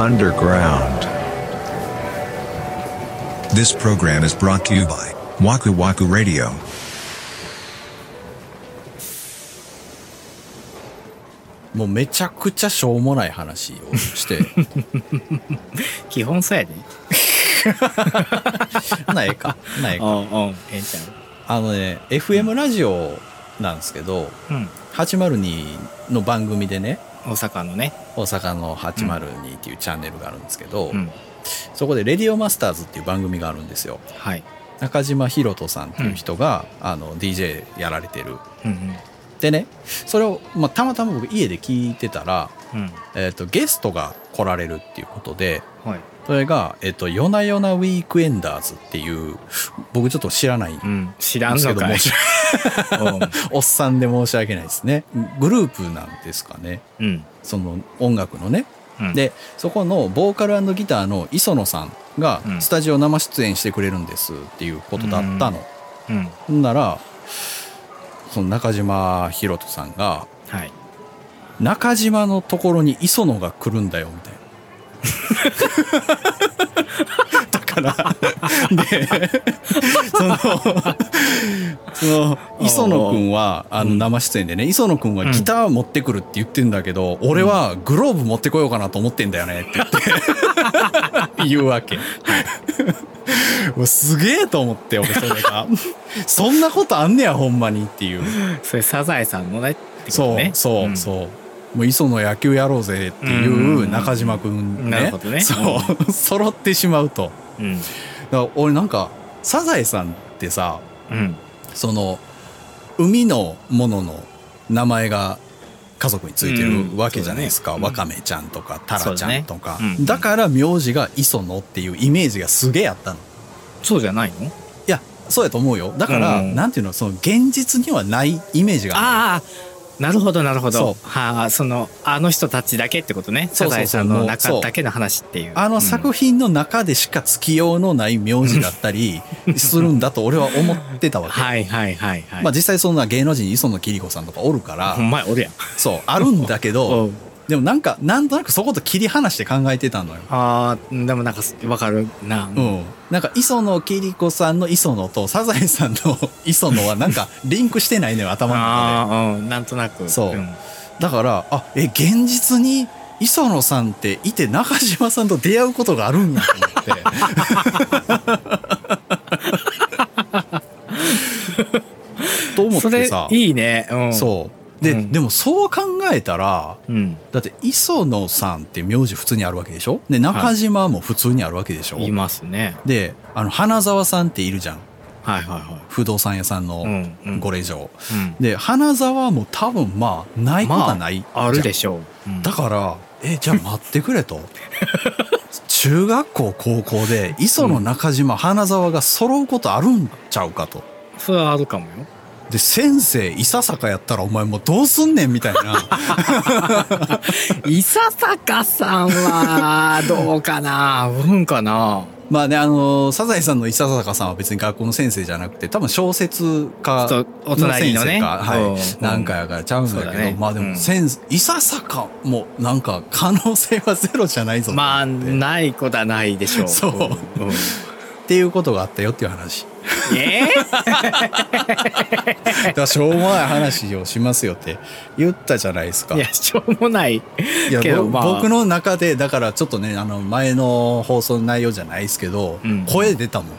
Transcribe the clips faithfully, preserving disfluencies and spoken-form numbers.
underground. This program is brought to you by Waku Waku Radio. もうめちゃくちゃしょうもない話をして基本そうやでなえかなえかうんうんええんちゃあのね エフエム ラジオなんですけど、 う、うん、 はちまるにの番組でね大阪のね、 大阪のはちまるにっていうチャンネルがあるんですけど、 うん、 そこでレディオマスターズっていう番組があるんですよ。 はい、 中島ひろとさんっていう人が、うん、あの ディージェー やられてる、 うんうん、 でねそれを、まあ、たまたま僕家で聞いてたら、 うんえーと、ゲストが来られるっていうことで、 はい、 それが、えーと、夜な夜なウィークエンダーズっていう僕ちょっと知らないんですけど、 うん、知らんのかいおっさんで申し訳ないですね。グループなんですかね、 うん、その音楽のね、 うん、でそこのボーカル&ギターの磯野さんがスタジオ生出演してくれるんですっていうことだったの、 うんうん、 ほんならその中島ひろとさんが、はい、中島のところに磯野が来るんだよみたいなだからでそのその磯野くんはあの生出演でね、磯野くんはギター持ってくるって言ってんだけど、うん、俺はグローブ持ってこようかなと思ってんだよねって言って言うわけもうすげえと思って俺それがそんなことあんねやほんまにっていう。 それサザエさんのねってことね。 そうそう、うん、そうもう磯野野球やろうぜっていう中島くんね、なるほどね、そう、うん、揃ってしまうと、うん、だから俺なんかサザエさんってさ、うん、その海のものの名前が家族についてるわけじゃないですか、うん、ね、わかめちゃんとかタラちゃんとか、ね、うん、だから名字が磯野っていうイメージがすげえあったの。 そうじゃないの？いやそうやと思うよ。だから、うん、なんていうのその現実にはないイメージがある。 ああなるほどなるほど。はあ、そのあの人たちだけってことね。サザエさんの中だけの話っていう。 あの作品の中でしかつきようのない名字だったりするんだと俺は思ってたわけ。 はいはいはいはい。 まあ実際そんな芸能人磯野桐子さんとかおるから。 ほんまやおるやん。 そうあるんだけど。でもなんかなんとなくそこと切り離して考えてたのよ。 ああでもなんかわかるな。 うん。なんか磯野桐子さんの磯野とサザエさんの磯野はなんかリンクしてないのよ頭の中で。 ああうんなんとなく。 そう。うん、だからあえ現実に磯野さんっていて中島さんと出会うことがあるんやと思ってと思ってさ。 それいいね。うん、 そう。で、うん、でもそう考えたら、うん、だって磯野さんって名字普通にあるわけでしょ。で中島も普通にあるわけでしょ。 はい、いますね。 であの花沢さんっているじゃん。 はいはいはい。 不動産屋さんのご令嬢、うんうん、で花沢も多分まあないことはない、 まあ、あるでしょう、うん、 だからえじゃあ待ってくれと中学校高校で磯野中島、うん、花沢が揃うことあるんちゃうかと。 それはあるかもよ。 で先生伊佐坂やったらお前もうどうすんねんみたいな伊佐坂さんはどうかなおるんかな。 まあねあのサザエさんの伊佐坂さんは別に学校の先生じゃなくて多分小説家の先生か、はい、なんかやからちゃうんだけど、ね、まあでも先生、うん、伊佐坂もなんか可能性はゼロじゃないぞって。 まあないことはないでしょう。 そう、うん、っていうことがあったよっていう話。 えー、 だからしょうもない話をしますよって言ったじゃないですか。 いやしょうもないいやけど、 まあ、僕の中でだからちょっとねあの前の放送の内容じゃないですけど、うん、声出たもん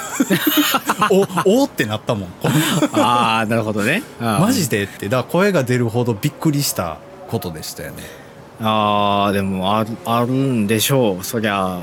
おおってなったもんああなるほどね。 マジでってだから声が出るほどびっくりしたことでしたよね。 ああでもある、あるんでしょうそりゃ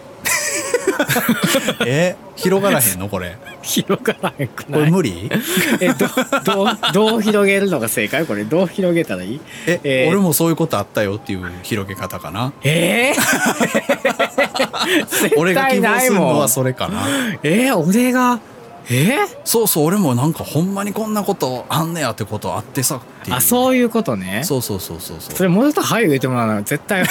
え広がらへんのこれ広がらへんくないこれ無理えどどうどう広げるのが正解これどう広げたらいいえ、えー、俺もそういうことあったよっていう広げ方かな。 えー、 俺が希望するのはそれかな。 えー、俺がえー、 そうそう俺もなんかほんまにこんなことあんねやってことあってさっていう。 あそういうことね。 そうそうそうそうそう。 それもうちょっと早く言ってもらうのは絶対い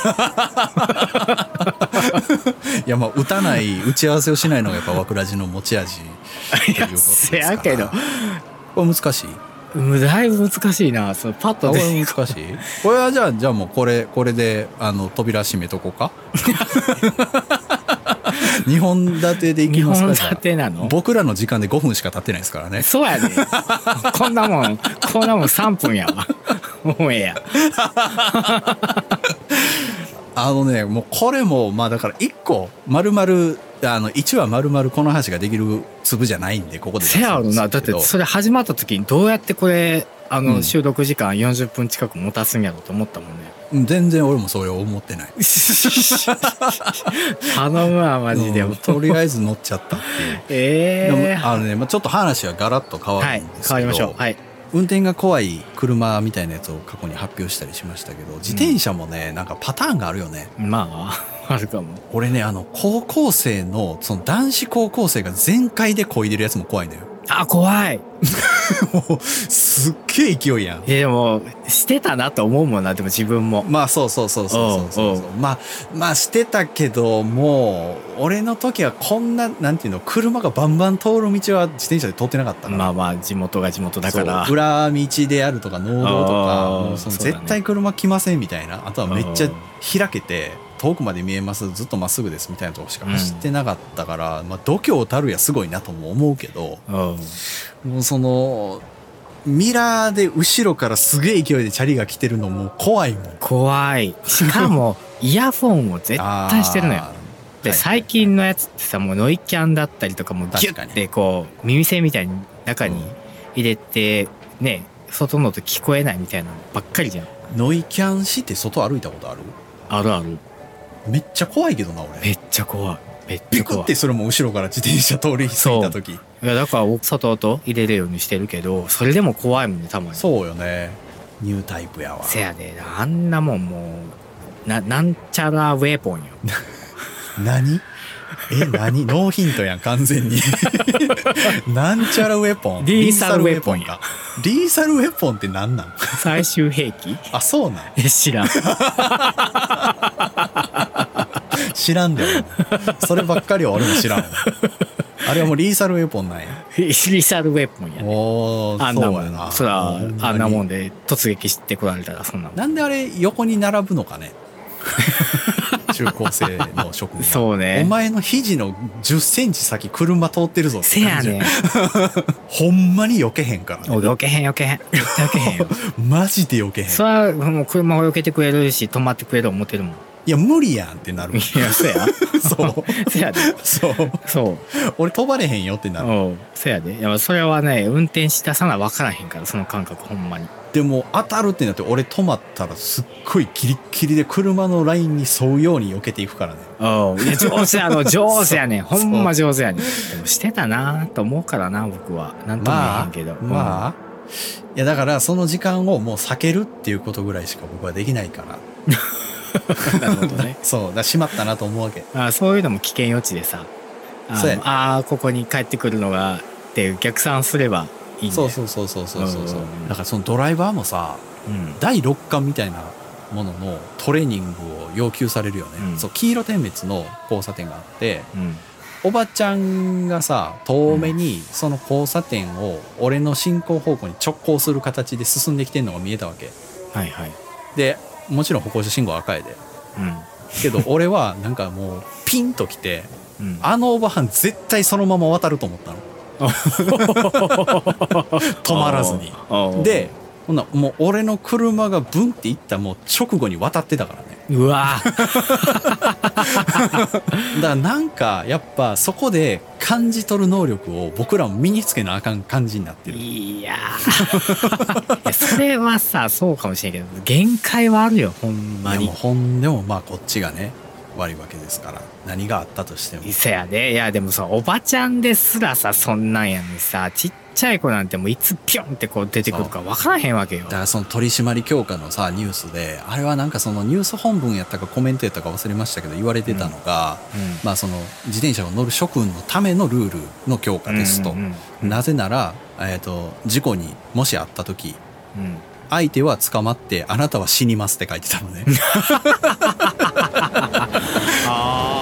やまあ打たない打ち合わせをしないのがやっぱわくらじの持ち味っていうことですから。 いやせやけどこれ難しい。 だいぶ難しいな。そのパッとで難しい。これはじゃあじゃあもうこれこれであの扉閉めとこうか。にほん立てでいきますか。 にほん立てなの？ 僕らの時間でごふんしか経ってないですからね。 そうやね。こんなもんこんなもんさんぷんやわ。もうええや。 あのね、もうこれもまあだからいっこ丸々あのいちわ丸々この話ができる粒じゃないんでここで出すんですけど。 せやろな。だってそれ始まった時にどうやってこれあの収録時間よんじゅっぷん近く持たすんやろうと思ったもんね。 全然俺もそれを思ってない。 頼むわマジで、 うん、とりあえず乗っちゃったっていう。 ええー、 でもあのね、まあ、ちょっと話はガラッと変わるんですけど、はい、変わりましょう。はい。運転が怖い車みたいなやつを過去に発表したりしましたけど、自転車もね、うん、なんかパターンがあるよね。 まああるかも。 俺ね、あの高校生のその男子高校生が全開で漕いでるやつも怖いのよ。 あ、怖い。 もうすっげえ勢いやん。 でもしてたなと思うもんな。でも自分もまあそうそうそうそうそうそう、まあまあしてたけどもう俺の時はこんななんていうの、車がバンバン通る道は自転車で通ってなかったから。 まあまあ地元が地元だから、 裏道であるとか農道とかもうその絶対車来ませんみたいな、あとはめっちゃ開けて遠くまで見えます、ずっとまっすぐですみたいなとこしか走ってなかったから、うん、まあ度胸たるやすごいなとも思うけど、もうそのミラーで後ろからすげえ勢いでチャリが来てるのも怖いもん。 怖い。しかもイヤフォンを絶対してるのよ。で、はい、最近のやつってさ、もうノイキャンだったりとかもギュッてこう耳栓みたいに中に入れてね、外の音聞こえないみたいなのばっかりじゃん。 ノイキャンして外歩いたことある？ あるある。 めっちゃ怖いけどな俺。 めっちゃ怖い。めっちゃ怖い。 ビクってそれも後ろから自転車通り過ぎた時。 いやだから外音入れるようにしてるけど、それでも怖いもんね、たまに。 そうよね。ニュータイプやわ。 せやで、あんなもんもうななんちゃらウェポンよ。 何？え、何？ノーヒントやん完全に。なんちゃらウェポン。 リーサルウェポンや。 リーサルウェポンって何なん？ 最終兵器？ あ、そうなん。 え、知らん。 知らんだよ。そればっかりは俺も知らん。あれはもうリーサルウェポンなんや。 リーサルウェポンやね。 おー、あんなもんやな。 そらあんなもんで突撃してこられたらそんなもん。 なんであれ横に並ぶのかね。中高生の職務。 そうね。 お前の肘のじゅっセンチ先車通ってるぞってせやねん。 ほんまに避けへんからね。 避けへん避けへん。避けへんよ。 マジで避けへん。 それはもう車を避けてくれるし止まってくれる思ってるもん。 いや無理やんってなる。いやそや。 そう。 せやで。 そう。 そう。 俺飛ばれへんよってなる。 おう。せやで。いやそれはね、運転しださな分からへんから、その感覚ほんまに。 でも当たるってなって俺止まったらすっごいギリッギリで車のラインに沿うように避けていくからね。 おう。いや上手やの上手やねん。ほんま上手やねん。でもしてたなと思うからな僕は。なんとも言えへんけど。 まあ。まあ、いやだからその時間をもう避けるっていうことぐらいしか僕はできないから。 なるほどね。 そうだ、しまったなと思うわけ。 あ、そういうのも危険予知でさ、あそうやね。 あここに帰ってくるのがって逆算すればいいんだよ。 そうそうそうそうそうそう。だからそのドライバーもさ、うん、だいろっかんみたいなもののトレーニングを要求されるよね。うん、そう黄色点滅の交差点があって、うん、おばちゃんがさ遠目にその交差点を俺の進行方向に直行する形で進んできてんのが見えたわけ。 はいはい。 でもちろん歩行者信号赤いで、うん、けど俺はなんかもうピンときて、うん、あのおばはん絶対そのまま渡ると思ったの。止まらずに。でほんなもう俺の車がブンっていったもう直後に渡ってたからね。 うわだからなんかやっぱそこで感じ取る能力を僕らも身につけなあかん感じになってる。 いやーそれはさそうかもしれんけど限界はあるよほんまに。 でもほんでもまあこっちがね悪いわけですから何があったとしても。 せやで。いやでもさおばちゃんですらさそんなんやのにさちっちゃい子なんてもういつピョンってこう出てくるか分からへんわけよ。 だからその取り締まり強化のさニュースであれはなんかそのニュース本文やったかコメントやったか忘れましたけど言われてたのが、うんうん、まあその自転車を乗る諸君のためのルールの強化ですと、うんうんうん、なぜなら、えーと、事故にもしあった時、うん、相手は捕まってあなたは死にますって書いてたのね。あ